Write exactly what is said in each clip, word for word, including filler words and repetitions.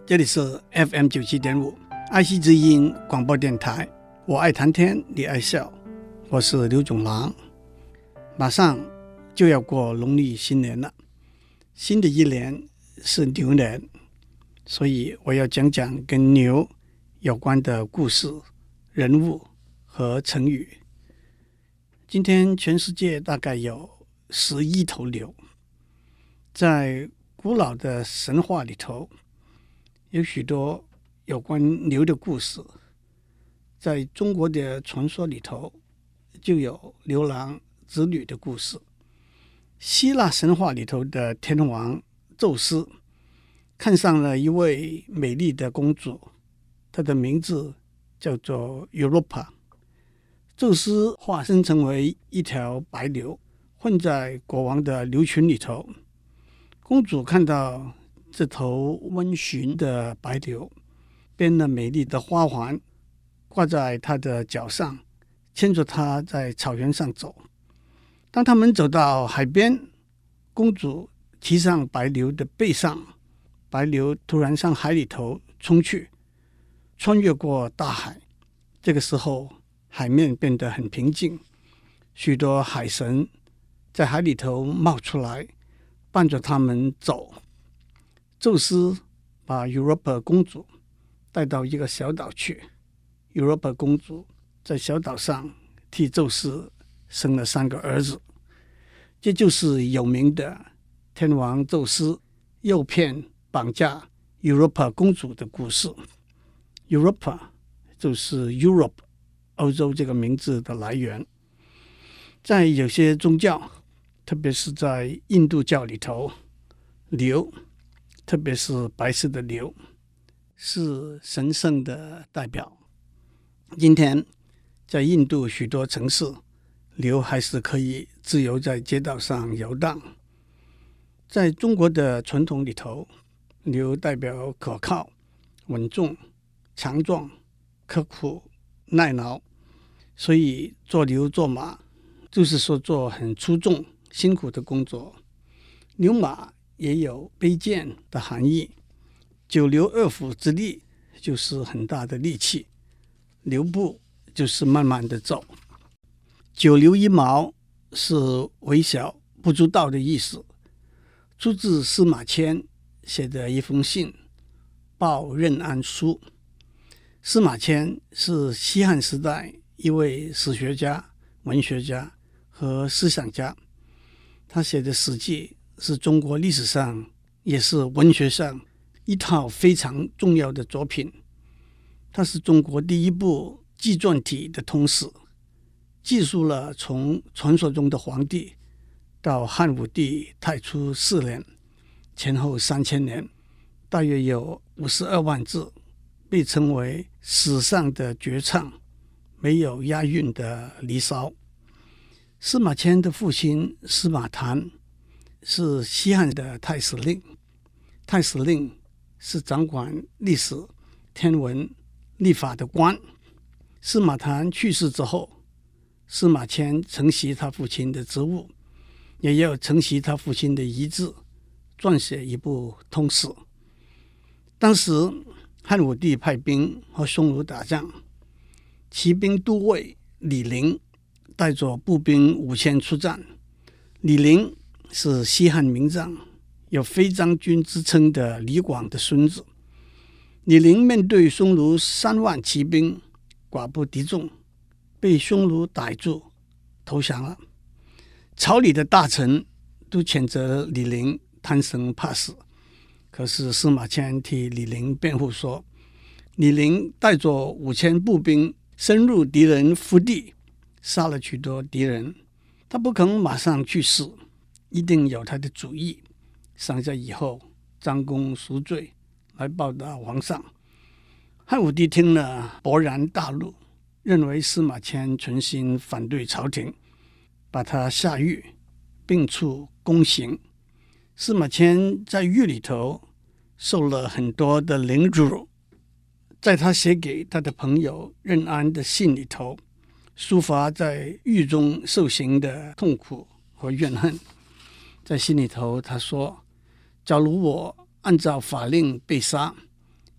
这里是 F M 九七点五爱惜之音广播电台，我爱谈天，你爱笑，我是刘总郎。马上就要过农历新年了，新的一年是牛年，所以我要讲讲跟牛有关的故事、人物和成语。今天全世界大概有十亿头牛，在古老的神话里头有许多有关牛的故事，在中国的传说里头就有牛郎织女的故事。希腊神话里头的天王宙斯看上了一位美丽的公主，她的名字叫做 Europa。 宙斯化身成为一条白牛，混在国王的牛群里头。公主看到这头温驯的白牛，编了美丽的花环挂在他的脚上，牵着他在草原上走。当他们走到海边，公主骑上白牛的背上，白牛突然向海里头冲去，穿越过大海。这个时候海面变得很平静，许多海神在海里头冒出来伴着他们走。宙斯把 Europa 公主带到一个小岛去， Europa 公主在小岛上替宙斯生了三个儿子。这就是有名的天王宙斯诱骗绑架 Europa 公主的故事。 Europa 就是 Europe 欧洲这个名字的来源。在有些宗教，特别是在印度教里头，牛，特别是白色的牛，是神圣的代表。今天在印度许多城市，牛还是可以自由在街道上游荡。在中国的传统里头，牛代表可靠、稳重、强壮、刻苦、耐劳，所以做牛做马就是说做很出众辛苦的工作。牛马也有卑贱的含义，九牛二虎之力就是很大的力气，牛步就是慢慢的走。九牛一毛是微小不足道的意思，出自司马迁写的一封信，报任安书。司马迁是西汉时代一位史学家、文学家和思想家，他写的《史记》是中国历史上也是文学上一套非常重要的作品。它是中国第一部纪传体的通史，记述了从传说中的皇帝到汉武帝太初四年，前后三千年，大约有五十二万字，被称为史上的绝唱，没有押韵的离骚。司马迁的父亲司马谈是西汉的太史令，太史令是掌管历史、天文、历法的官。司马谈去世之后，司马迁承袭他父亲的职务，也要承袭他父亲的遗志，撰写一部通史。当时汉武帝派兵和匈奴打仗，骑兵都尉李陵带着步兵五千出战。李陵是西汉名将，有飞将军之称的李广的孙子。李陵面对匈奴三万骑兵，寡不敌众，被匈奴逮住投降了。朝里的大臣都谴责李陵贪生怕死，可是司马迁替李陵辩护说，李陵带着五千步兵深入敌人腹地，杀了许多敌人，他不肯马上去死，一定有他的主意，想在以后张功赎罪，来报答皇上。汉武帝听了勃然大怒，认为司马迁存心反对朝廷，把他下狱，并处宫刑。司马迁在狱里头受了很多的凌辱，在他写给他的朋友任安的信里头，抒发在狱中受刑的痛苦和怨恨。在信里头他说，假如我按照法令被杀，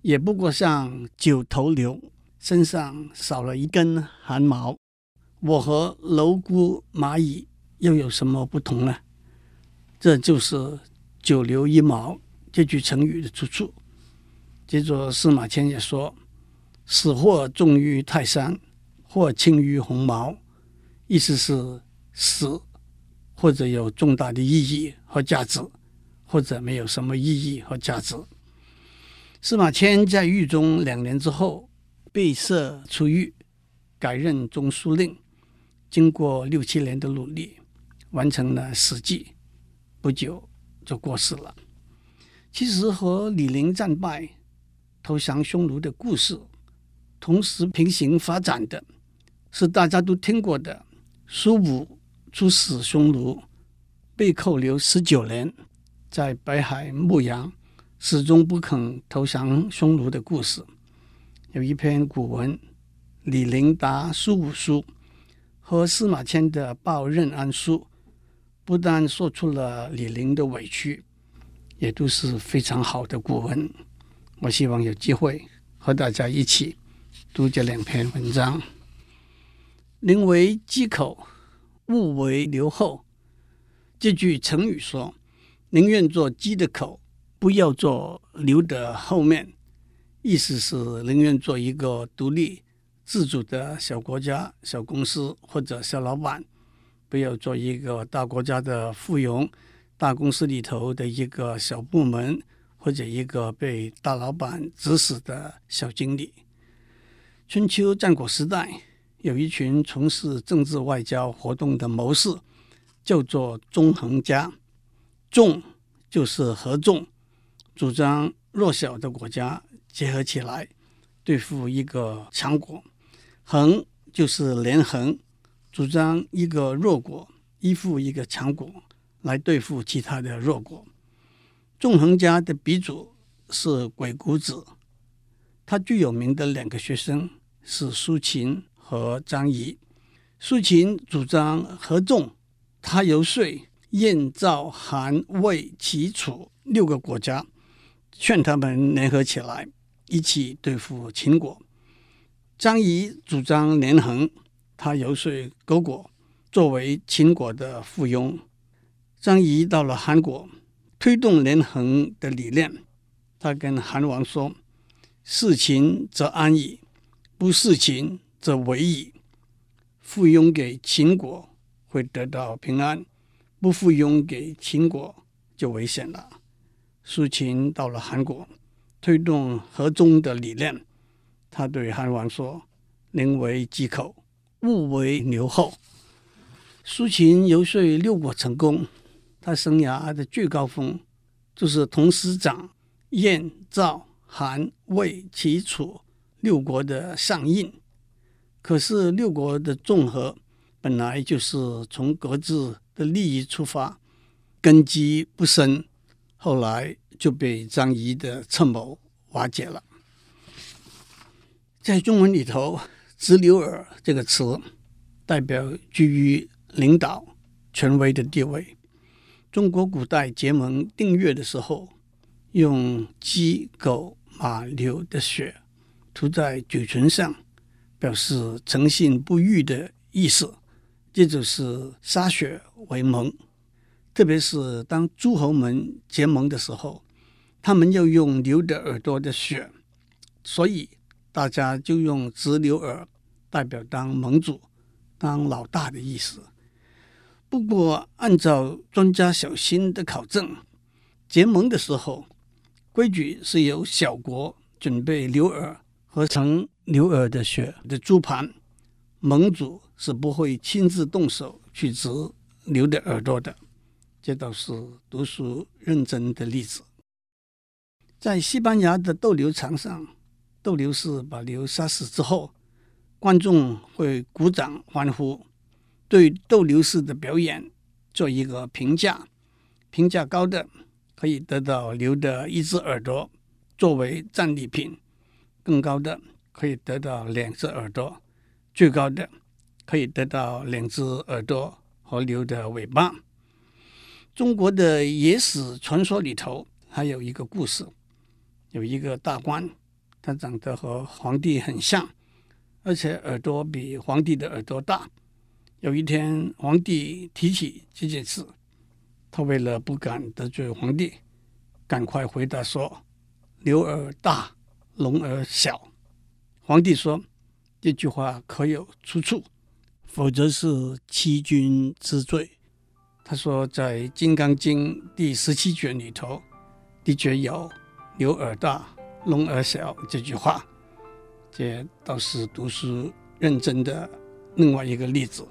也不过像九头牛身上少了一根汗毛。我和蝼蛄蚂蚁又有什么不同呢？这就是九牛一毛这句成语的出处。接着司马迁也说，死或重于泰山，或轻于鸿毛，意思是死或者有重大的意义和价值，或者没有什么意义和价值。司马迁在狱中两年之后被赦出狱，改任中书令，经过六七年的努力，完成了《史记》，不久就过世了。其实和李陵战败、投降匈奴的故事同时平行发展的是大家都听过的苏武出使匈奴，被扣留十九年，在北海牧羊，始终不肯投降匈奴的故事。有一篇古文《李陵答苏武书》和司马迁的《报任安书》，不但说出了李陵的委屈，也都是非常好的古文。我希望有机会和大家一起读这两篇文章。宁为鸡口，勿为牛后。这句成语说，宁愿做鸡的口，不要做牛的后面，意思是宁愿做一个独立自主的小国家、小公司或者小老板，不要做一个大国家的附庸，大公司里头的一个小部门，或者一个被大老板指使的小经理。春秋战国时代，有一群从事政治外交活动的谋士，叫做纵横家。纵就是合纵，主张弱小的国家结合起来对付一个强国；横就是连横，主张一个弱国依附一个强国来对付其他的弱国。纵横家的鼻祖是鬼谷子，他最有名的两个学生是苏秦和张仪。苏秦主张合纵，他游说燕、赵、韩、魏、齐、楚六个国家，劝他们联合起来一起对付秦国。张仪主张连横，他游说虢国作为秦国的附庸。张仪到了韩国，推动连横的理念。他跟韩王说，事秦则安矣，不事秦则危矣。附庸给秦国会得到平安，不附庸给秦国就危险了。苏秦到了韩国，推动合纵的理念。他对韩王说，宁为鸡口，勿为牛后。苏秦游说六国成功，他生涯的最高峰就是同时掌燕、赵、韩、魏、齐、楚六国的上印。可是六国的综合本来就是从各自的利益出发，根基不深，后来就被张仪的策谋瓦解了。在中文里头，直流耳这个词代表居于领导权威的地位。中国古代结盟订约的时候，用鸡、狗、马、牛的血涂在嘴唇上，表示诚信不渝的意思，这就是歃血为盟。特别是当诸侯们结盟的时候，他们要用牛的耳朵的血，所以大家就用直流耳代表当盟主、当老大的意思。不过按照专家小心的考证，结盟的时候规矩是由小国准备牛耳合成牛耳的血的猪盘，盟主是不会亲自动手去植牛的耳朵的。这倒是读书认真的例子。在西班牙的斗牛场上，斗牛士把牛杀死之后，观众会鼓掌欢呼，对斗牛士的表演做一个评价。评价高的可以得到牛的一只耳朵作为战利品，更高的可以得到两只耳朵，最高的可以得到两只耳朵和牛的尾巴。中国的野史传说里头还有一个故事，有一个大官他长得和皇帝很像，而且耳朵比皇帝的耳朵大。有一天，皇帝提起这件事，他为了不敢得罪皇帝，赶快回答说：牛耳大，龙耳小。皇帝说这句话可有出处，否则是欺君之罪。他说在《金刚经》第十七卷里头的确有牛耳大龙耳小这句话，这倒是读书认真的另外一个例子。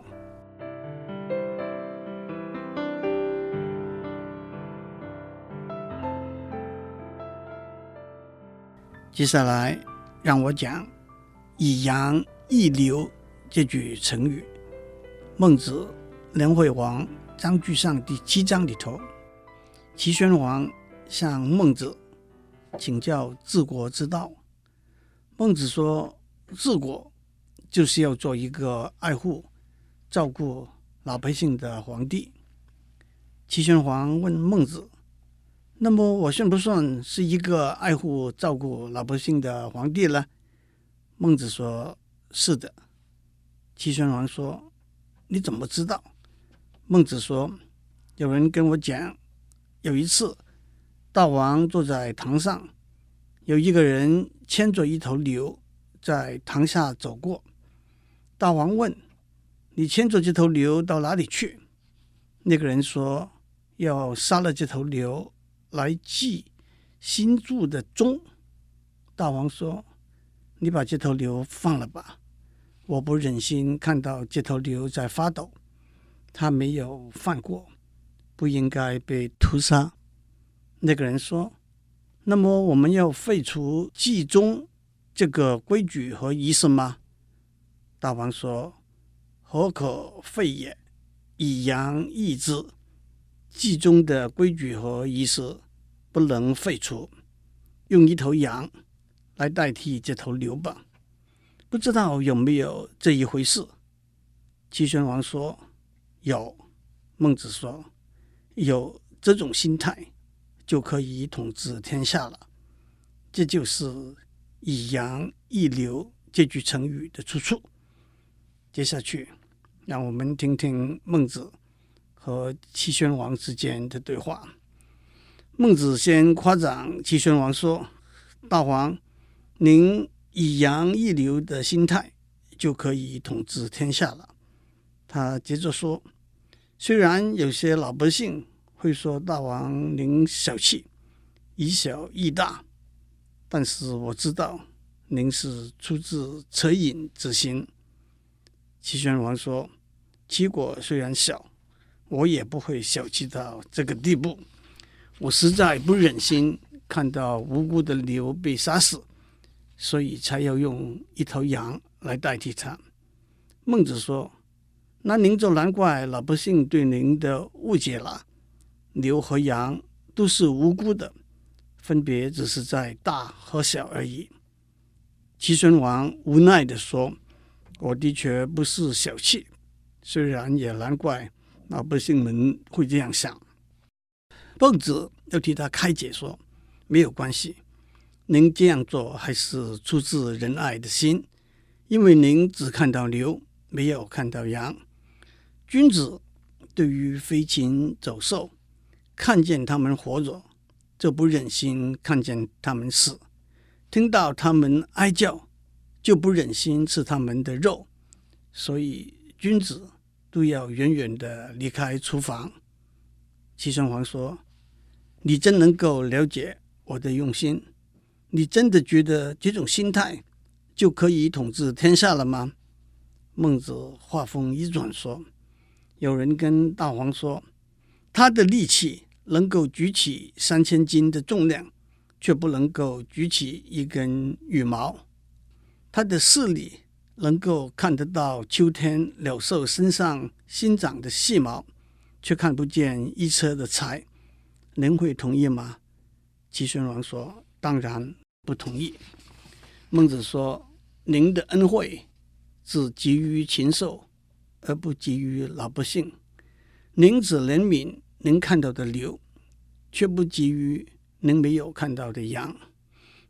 接下来让我讲以阳易流这句成语。孟子连惠王章句上第七章里头，齐宣王向孟子请教治国之道。孟子说治国就是要做一个爱护照顾老百姓的皇帝。齐宣王问孟子，那么我算不算是一个爱护照顾老百姓的皇帝呢？孟子说是的。齐宣王说你怎么知道？孟子说有人跟我讲，有一次大王坐在堂上，有一个人牵着一头牛在堂下走过。大王问，你牵着这头牛到哪里去？那个人说要杀了这头牛来祭新铸的钟。大王说，你把这头牛放了吧，我不忍心看到这头牛在发抖，他没有犯过，不应该被屠杀。那个人说，那么我们要废除祭钟这个规矩和仪式吗？大王说，何可废也，以阳易之。祭钟的规矩和仪式不能废除，用一头羊来代替这头牛吧。不知道有没有这一回事？齐宣王说有。孟子说有这种心态就可以统治天下了。这就是以阳易流这句成语的出处。接下去让我们听听孟子和齐宣王之间的对话。孟子先夸奖齐宣王说，大王，您以阳易流的心态就可以统治天下了。他接着说，虽然有些老百姓会说大王您小气，以小易大，但是我知道您是出自恻隐之心。齐宣王说，齐国虽然小，我也不会小气到这个地步。我实在不忍心看到无辜的牛被杀死，所以才要用一头羊来代替它。孟子说，那您就难怪老百姓对您的误解了。牛和羊都是无辜的，分别只是在大和小而已。齐宣王无奈地说，我的确不是小气，虽然也难怪老百姓们会这样想。孟子又替他开解说，没有关系，您这样做还是出自仁爱的心，因为您只看到牛，没有看到羊。君子对于飞禽走兽，看见他们活着，就不忍心看见他们死；听到他们哀叫，就不忍心吃他们的肉。所以君子都要远远的离开厨房。齐宣王说，你真能够了解我的用心，你真的觉得这种心态就可以统治天下了吗？孟子话锋一转说，有人跟大王说，他的力气能够举起三千斤的重量，却不能够举起一根羽毛。他的视力能够看得到秋天鸟兽身上新长的细毛，却看不见一车的柴。您会同意吗？齐宣王说，当然不同意。孟子说，您的恩惠只给予禽兽，而不给予老百姓。您只怜悯您看到的牛，却不给予您没有看到的羊。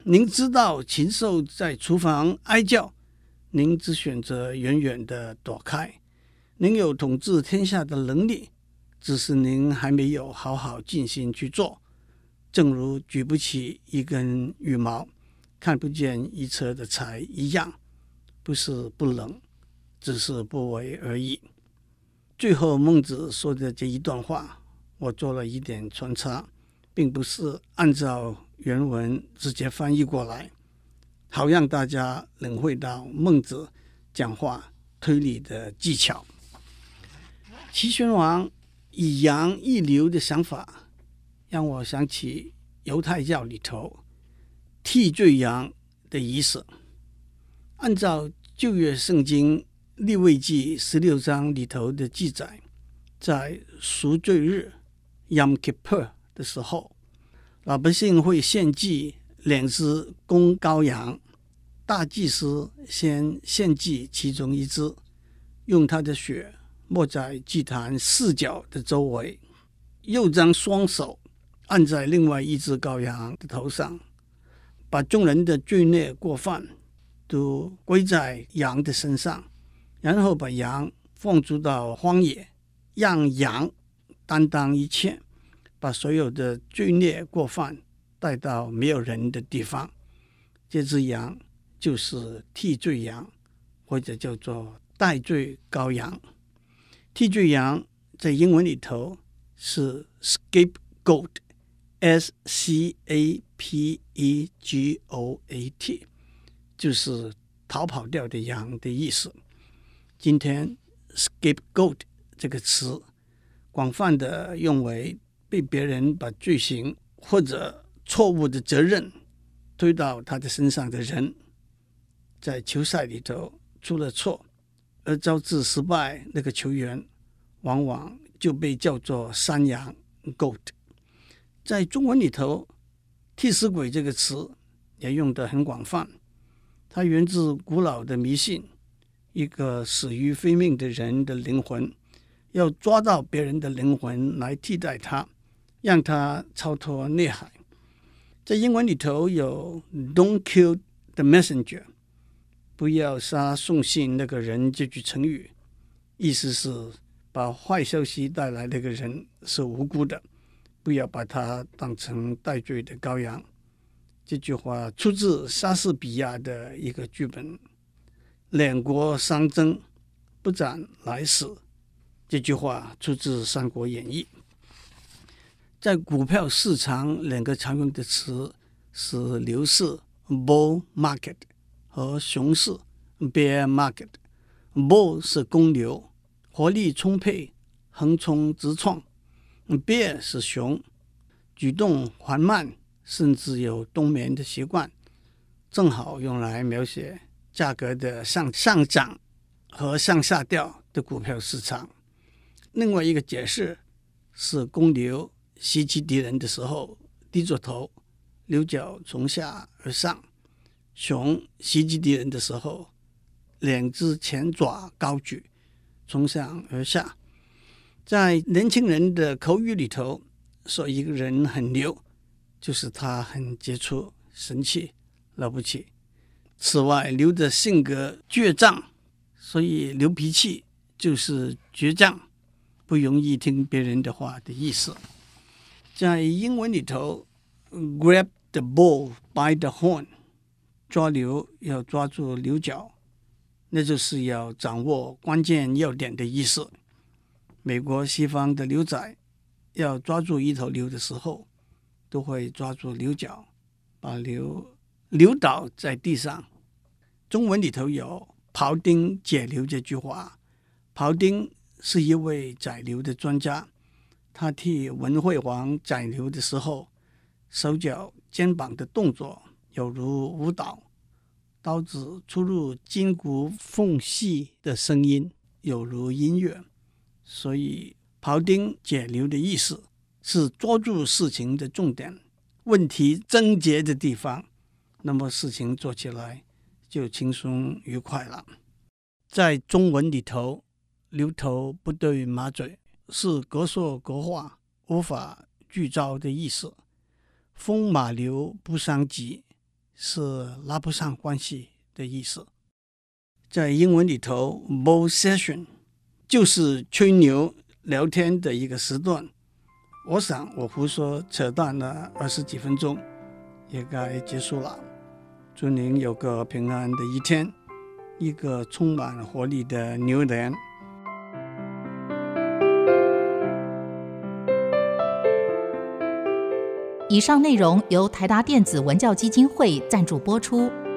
您知道禽兽在厨房哀叫，您只选择远远的躲开。您有统治天下的能力，只是您还没有好好尽心去做。正如举不起一根羽毛，看不见一车的柴一样，不是不能，只是不为而已。最后孟子说的这一段话，我做了一点穿插，并不是按照原文直接翻译过来，好让大家领会到孟子讲话推理的技巧。齐宣王以羊易流的想法，让我想起犹太教里头替罪羊的仪式。按照旧约圣经利未记十六章里头的记载，在赎罪日 Yom Kippur 的时候，老百姓会献祭两只公羔羊，大祭司先献祭其中一只，用他的血抹在祭坛四角的周围，又将双手按在另外一只羔羊的头上，把众人的罪孽过犯都归在羊的身上，然后把羊放逐到荒野，让羊担当一切，把所有的罪孽过犯带到没有人的地方。这只羊就是替罪羊，或者叫做代罪羔羊。替罪羊在英文里头是 scapegoat， S C A P E G O A T， 就是逃跑掉的羊的意思。今天 scapegoat 这个词广泛的用为被别人把罪行或者错误的责任推到他的身上的人。在球赛里头出了错而招致失败，那个球员往往就被叫做山羊 goat。 在中文里头，替死鬼这个词也用得很广泛，它源自古老的迷信，一个死于非命的人的灵魂要抓到别人的灵魂来替代他，让他超脱内海。在英文里头有 Don't kill the messenger， 不要杀送信那个人，这句成语意思是把坏消息带来那个人是无辜的，不要把他当成代罪的羔羊。这句话出自莎士比亚的一个剧本，两国相争，不斩来使。这句话出自《三国演义》。在股票市场，两个常用的词是牛市 bull market 和熊市 bear market。 bull 是公牛，活力充沛，横冲直撞； bear 是熊，举动缓慢，甚至有冬眠的习惯，正好用来描写价格的上上涨和向下掉的股票市场。另外一个解释是公牛袭击敌人的时候低着头，牛角从下而上；熊袭击敌人的时候，两只前爪高举，从上而下。在年轻人的口语里头，说一个人很牛，就是他很杰出、神气、了不起。此外，牛的性格倔强，所以牛脾气就是倔强，不容易听别人的话的意思。在英文里头 grab the bull by the horn， 抓牛要抓住牛角，那就是要掌握关键要点的意思。美国西方的牛仔要抓住一头牛的时候，都会抓住牛角，把牛扭倒在地上。中文里头有庖丁解牛这句话，庖丁是一位宰牛的专家，他替文惠王宰牛的时候，手脚肩膀的动作有如舞蹈，刀子出入筋骨缝隙的声音有如音乐。所以庖丁解牛的意思是抓住事情的重点，问题症结的地方，那么事情做起来就轻松愉快了。在中文里头，牛头不对马嘴是各说各话，无法聚焦的意思。风马牛不相及是拉不上关系的意思。在英文里头 bull session 就是吹牛聊天的一个时段。我想我胡说扯淡了二十几分钟也该结束了。祝您有个平安的一天，一个充满活力的牛年。 以上内容由台达电子文教基金会赞助播出。